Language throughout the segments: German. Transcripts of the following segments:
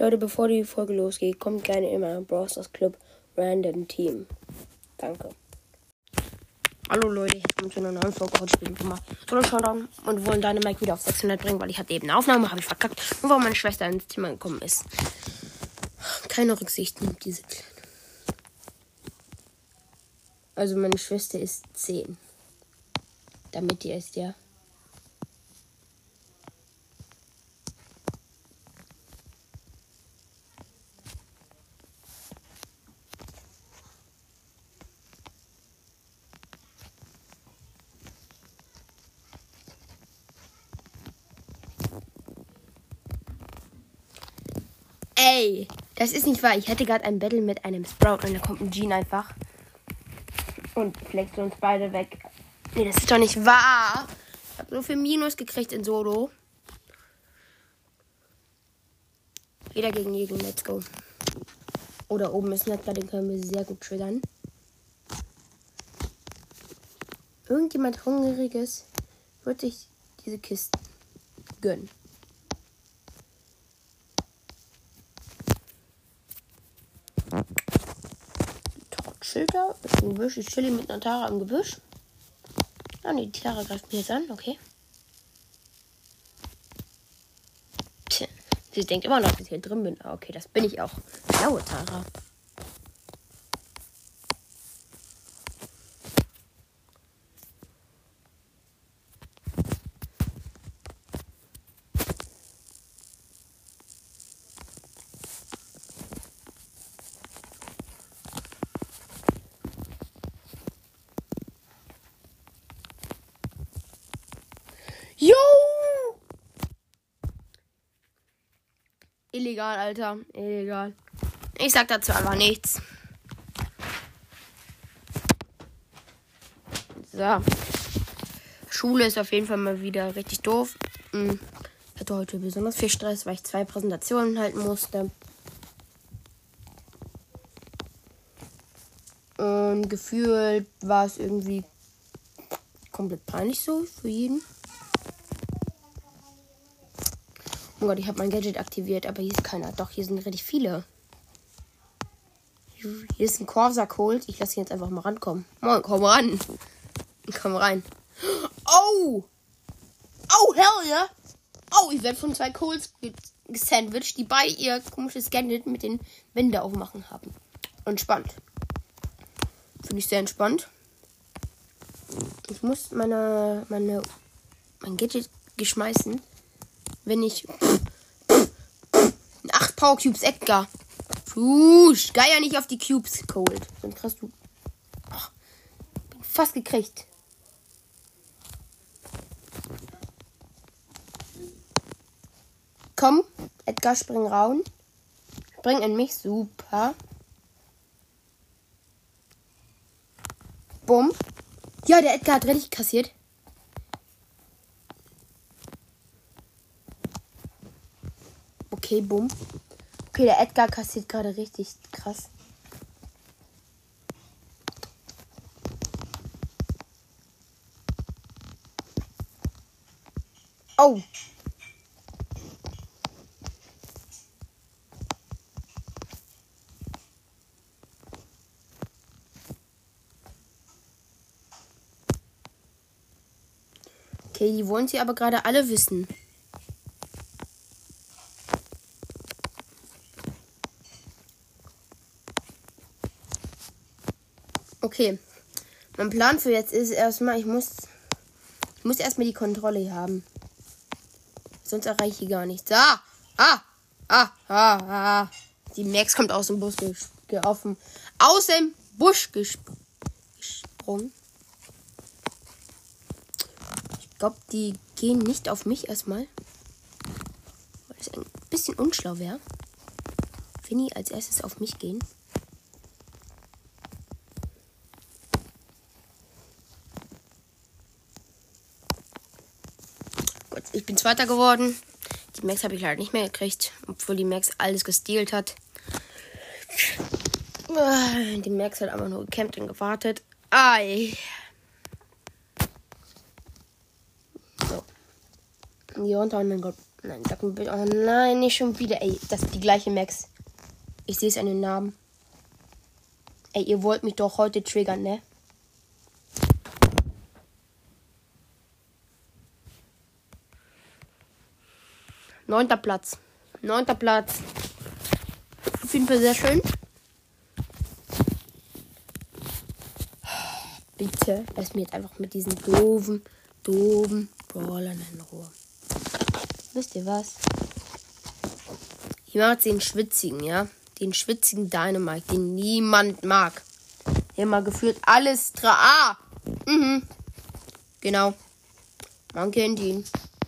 Leute, bevor die Folge losgeht, kommt gerne in meinen Brawl Stars Club Random Team. Danke. Hallo Leute, ich komme zu einer neuen Folge. Heute spielen wir mal Solo Showdown und wollen Dynamite wieder auf 600 bringen, weil ich hatte eben eine Aufnahme, habe ich verkackt. Nur weil meine Schwester ins Zimmer gekommen ist. Keine Rücksicht nimmt diese Kleine. Also meine Schwester ist 10. Damit die ist ja. Ey, das ist nicht wahr. Ich hätte gerade ein Battle mit einem Sprout und da kommt ein Jean einfach und flext uns beide weg. Nee, das ist doch nicht wahr. Ich habe so viel Minus gekriegt in Solo. Jeder gegen jeden, let's go. Oder oben ist ein Edgar, den können wir sehr gut triggern. Irgendjemand Hungriges wird sich diese Kisten gönnen. Schilder ist im Gebüsch. Ich chill mit einer Tara im Gebüsch. Ah ne, die Tara greift mir jetzt an, okay. Tja, sie denkt immer noch, dass ich hier drin bin. Ah, okay, das bin ich auch. Blaue Tara. Jo! Illegal, Alter. Illegal. Ich sag dazu einfach nichts. So. Schule ist auf jeden Fall mal wieder richtig doof. Ich hatte heute besonders viel Stress, weil ich 2 Präsentationen halten musste. Und gefühlt war es irgendwie komplett peinlich so für jeden. Oh Gott, ich habe mein Gadget aktiviert, aber hier ist keiner. Doch, hier sind richtig viele. Hier ist ein Corsa Colt. Ich lasse ihn jetzt einfach mal rankommen. Moin, komm ran. Komm rein. Oh! Oh, hell yeah! Oh, ich werde von 2 Colts gesandwiched, die beide ihr komisches Gadget mit den Wänden aufmachen haben. Entspannt. Finde ich sehr entspannt. Ich muss mein Gadget geschmeißen, wenn ich 8 Power Cubes Edgar. Geier nicht auf die Cubes geholt. Dann kriegst du. Bin fast gekriegt. Komm, Edgar, spring raus. Spring in mich, super. Bumm. Ja, der Edgar hat richtig kassiert. Okay, bumm. Okay, der Edgar kassiert gerade richtig krass. Oh. Okay, die wollen sie aber gerade alle wissen. Okay, mein Plan für jetzt ist erstmal, ich muss erstmal die Kontrolle hier haben. Sonst erreiche ich gar nichts. Die Max kommt aus dem Bus aus dem Busch gesprungen. Ich glaube, die gehen nicht auf mich erstmal. Weil das ein bisschen unschlau wäre. Wenn die als erstes auf mich gehen. Gut, ich bin Zweiter geworden. Die Max habe ich leider nicht mehr gekriegt. Obwohl die Max alles gestealt hat. Die Max hat einfach nur gecampt und gewartet. Ei. So. Hier runter, oh mein Gott. Nein, sag mir bitte. Oh nein, nicht schon wieder. Ey, das ist die gleiche Max. Ich sehe es an den Namen. Ey, ihr wollt mich doch heute triggern, ne? Neunter Platz. Auf jeden Fall sehr schön. Bitte, lass mir jetzt einfach mit diesen doofen Brawlern in Ruhe. Wisst ihr was? Ich mag jetzt den schwitzigen, ja? Den schwitzigen Dynamite, den niemand mag. Der mal gefühlt alles Genau. Man kennt ihn.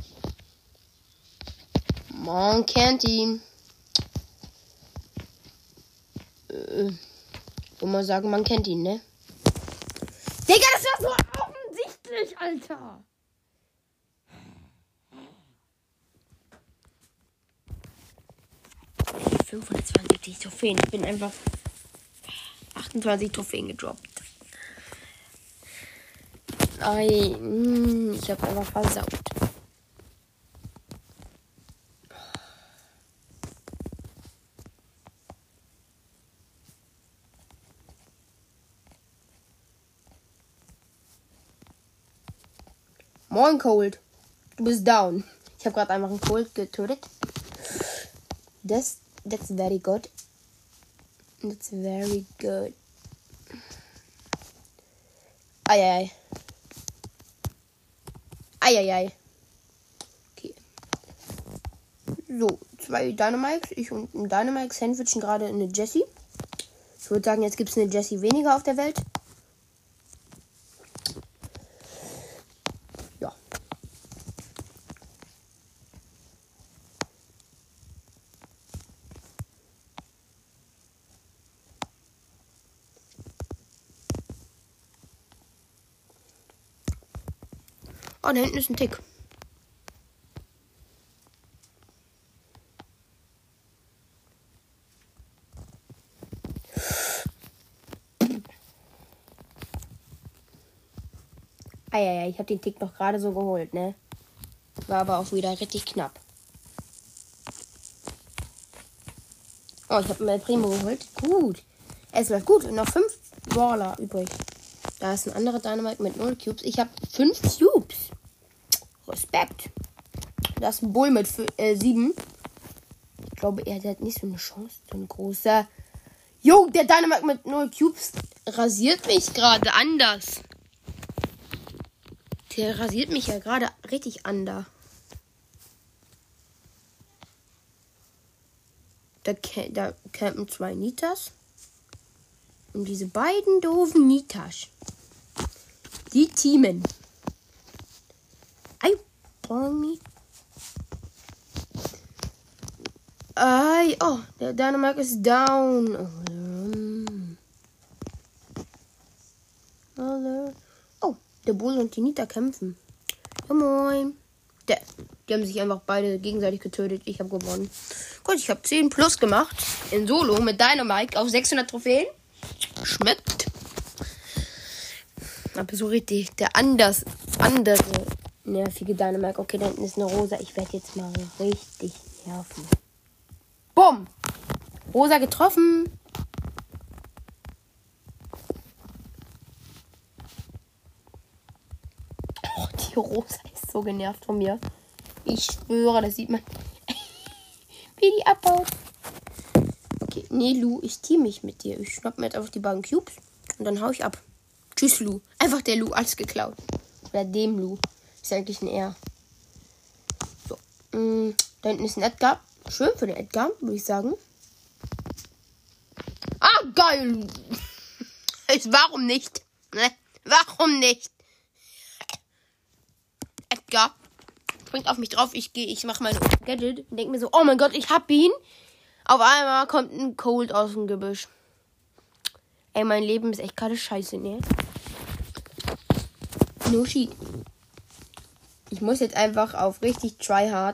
Wo man sagen, man kennt ihn, ne? Digga, das war so offensichtlich, Alter. Ich 520 Trophäen. Ich bin einfach 28 Trophäen gedroppt. Nein, ich hab einfach versaut. Moin, Cold. Du bist down. Ich habe gerade einfach einen Cold getötet. That's very good. That's very good. Eieiei. Okay. So, 2 Dynamites. Ich und ein Dynamite sandwichen gerade eine Jessie. Ich würde sagen, jetzt gibt es eine Jessie weniger auf der Welt. Ja. Oh, da hinten ist ein Tick. Eieiei, ich habe den Tick noch gerade so geholt, ne? War aber auch wieder richtig knapp. Oh, ich habe mir Primo geholt. Gut. Es läuft gut. Und noch 5 Brawler übrig. Da ist ein anderer Dynamite mit 0 Cubes. Ich habe 5 Cubes. Respekt. Da ist ein Bull mit 7. Ich glaube, er hat nicht so eine Chance. So eine große. Jo, der Dynamite mit 0 Cubes rasiert mich gerade anders. Der rasiert mich ja gerade richtig anders. Da campen 2 Nitas. Und diese beiden doofen Nitas. Die teamen. Ei, Bonnie. Ei, oh, der Dynamite ist down. Oh, der Bull und die Nita kämpfen. Ja, moin. Die haben sich einfach beide gegenseitig getötet. Ich habe gewonnen. Gut, ich habe 10 plus gemacht. In Solo mit Dynamite auf 600 Trophäen. Schmeckt. Aber so richtig der andere nervige Dynamite. Okay, da hinten ist eine Rosa. Ich werde jetzt mal richtig nerven. Bumm. Rosa getroffen. Oh, die Rosa ist so genervt von mir. Ich schwöre, das sieht man. Wie die abbaut. Okay, nee, Lu, ich team mich mit dir. Ich schnapp mir jetzt einfach die beiden Cubes und dann hau ich ab. Tschüss, Lu. Einfach der Lu, alles geklaut. Oder dem Lu. Ist eigentlich ein R. So. Da hinten ist ein Edgar. Schön für den Edgar, würde ich sagen. Ah, geil. Warum nicht? Ne? Warum nicht? Edgar springt auf mich drauf. Ich mache meine Gadget und denke mir so, oh mein Gott, ich hab ihn. Auf einmal kommt ein Cold aus dem Gebüsch. Ey, mein Leben ist echt gerade scheiße, ne? No shit. Ich muss jetzt einfach auf richtig tryhard.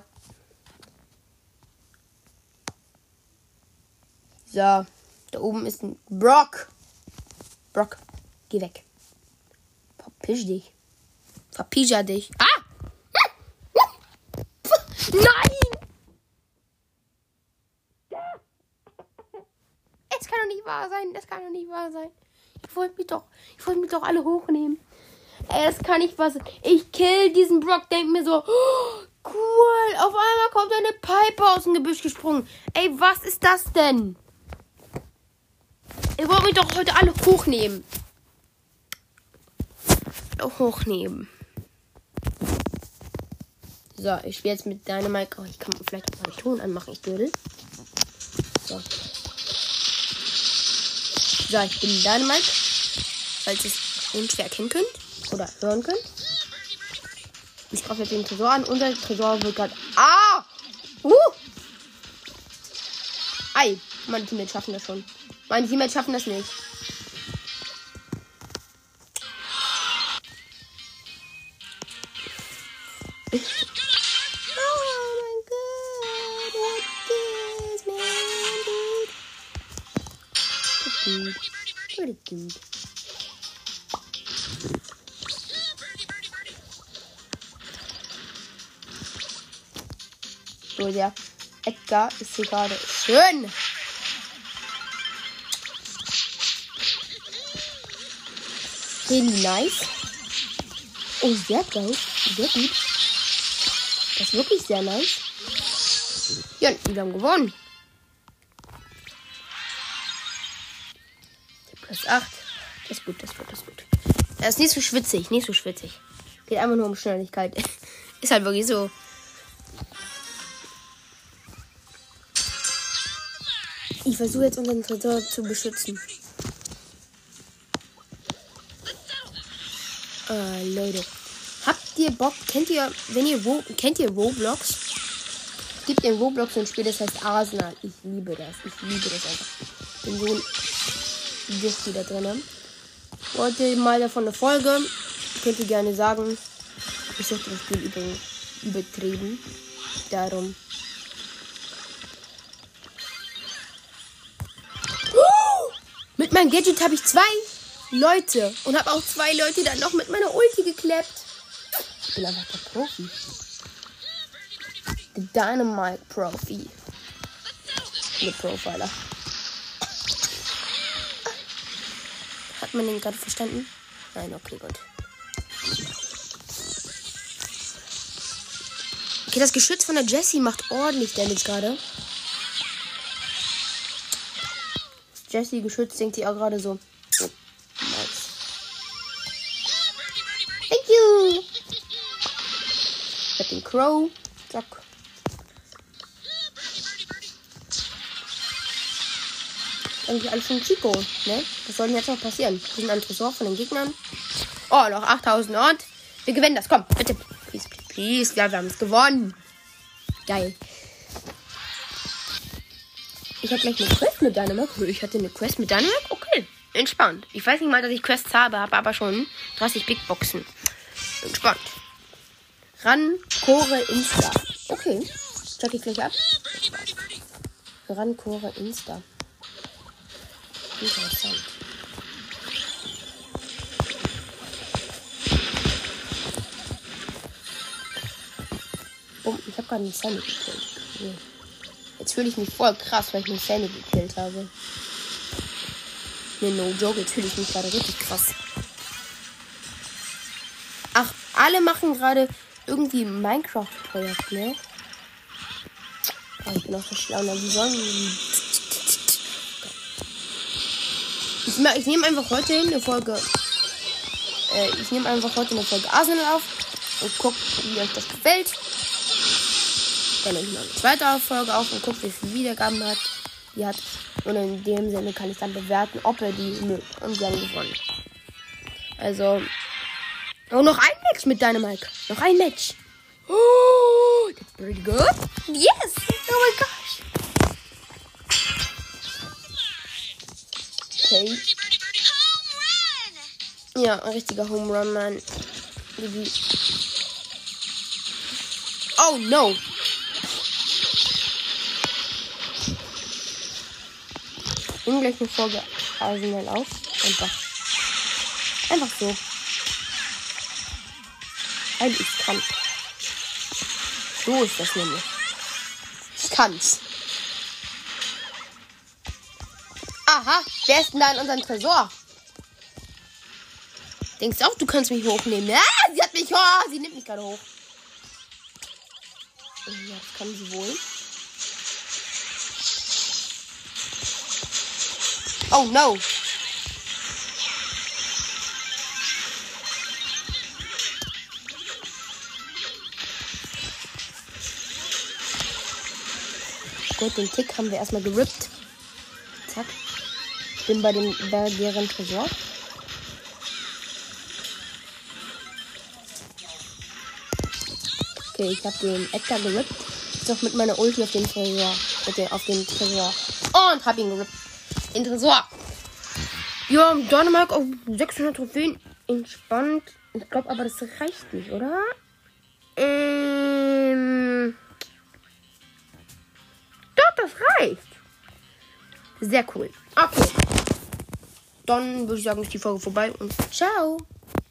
So, da oben ist ein Brock. Brock, geh weg. Verpisch dich. Verpischer dich. Ah! Nein! Das kann doch nicht wahr sein. Das kann doch nicht wahr sein. Ich wollte mich doch alle hochnehmen. Ey, das kann nicht wahr sein. Ich kill diesen Brock, denk mir so, oh, cool. Auf einmal kommt eine Piper aus dem Gebüsch gesprungen. Ey, was ist das denn? Ihr wollt mich doch heute alle hochnehmen. Hochnehmen. So, ich spiele jetzt mit Dynamite. Oh, ich kann vielleicht auch mal den Ton anmachen. Ich dödel. So. So, ich bin Dynamite. Falls ihr es unschwer erkennen könnt. Oder hören könnt. Ich greife jetzt den Tresor an. Unser Tresor wird gerade... Ah! Ei. Meine Teammates schaffen das schon. Meine Teammates schaffen das nicht. Pretty good. So, der Edgar ist hier gerade schön. Really nice. Oh, sehr geil. Sehr gut. Das ist wirklich sehr nice. Ja, wir haben gewonnen. Plus 8. Das ist gut, das ist gut, das ist gut. Das ist nicht so schwitzig, nicht so schwitzig. Geht einfach nur um Schnelligkeit. Ist halt wirklich so. Ich versuche jetzt unseren Tresor zu beschützen. Leute. Habt ihr Bock? Kennt ihr Roblox? Es gibt in Roblox ein Spiel, das heißt Arsenal. Ich liebe das. Ich liebe das einfach. Bin so Gift da drin. Wollt ihr mal davon eine Folge? Könnt ihr gerne sagen. Ich suchte das Spiel übertrieben. Darum. Mit meinem Gadget habe ich 2 Leute. Und habe auch 2 Leute dann noch mit meiner Ulti geklappt. Ich bin einfach der Profi. Der Dynamite Profi. Der Profiler. Hat man den gerade verstanden? Nein, okay, gut. Okay, das Geschütz von der Jessie macht ordentlich Damage gerade. Das Jessie-Geschütz denkt ihr auch gerade so. Oh, nice. Thank you. Ich hab den Crow. Zack. Eigentlich alles von Chico, ne? Was soll denn jetzt noch passieren? Wir sind am Tresor von den Gegnern. Oh, noch 8000 und wir gewinnen das. Komm, bitte. Please, please, please. Ja, wir haben es gewonnen. Geil. Ich habe gleich eine Quest mit Dynamite. Ich hatte eine Quest mit Dynamite. Okay, entspannt. Ich weiß nicht mal, dass ich Quests habe aber schon 30 Big Boxen. Entspannt. Rancore Insta. Okay, check ich gleich ab. Rancore Insta. Interessant. Oh, ich habe gerade einen Sandy gekillt. Nee. Jetzt fühle ich mich voll krass, weil ich einen Sandy gekillt habe. Ne, no joke, jetzt fühle ich mich gerade richtig krass. Ach, alle machen gerade irgendwie ein Minecraft-Projekt, ne? Oh, ich bin auch so schlau. Wie sollen ich nehme einfach heute eine Folge. Ich nehme einfach heute eine Folge Arsenal auf und gucke, wie euch das gefällt. Dann nehme ich noch eine zweite Folge auf und gucke, wie viele Wiedergaben die hat. Und in dem Sinne kann ich dann bewerten, ob er die mögt. Und wir haben gewonnen. Also. Oh, noch ein Match mit Dynamite. Noch ein Match. Oh, that's pretty good. Yes! Oh my gosh. Okay. Ja, ein richtiger Home Run, Mann. Oh, no. Ich nehme gleich eine Folge Arsenal auf. Einfach so. Weil ich kann. So ist das nämlich. Ich kann's. Haha, wer ist denn da in unserem Tresor? Denkst du auch, du kannst mich hochnehmen? Ja, sie hat mich, sie nimmt mich gerade hoch. Ja, das kann sie wohl. Oh no. Gut, den Tick haben wir erstmal gerippt. Zack. Bin bei deren Tresor. Okay, ich habe den Edgar gerippt. Jetzt noch mit meiner Ulti auf den Tresor. Auf den Tresor. Und hab ihn gerippt. Den Tresor. Ja, Dänemark auf 600 Trophäen. Entspannt. Ich glaube aber, das reicht nicht, oder? Doch, das reicht. Sehr cool. Okay. Dann würde ich sagen, ist die Folge vorbei und ciao.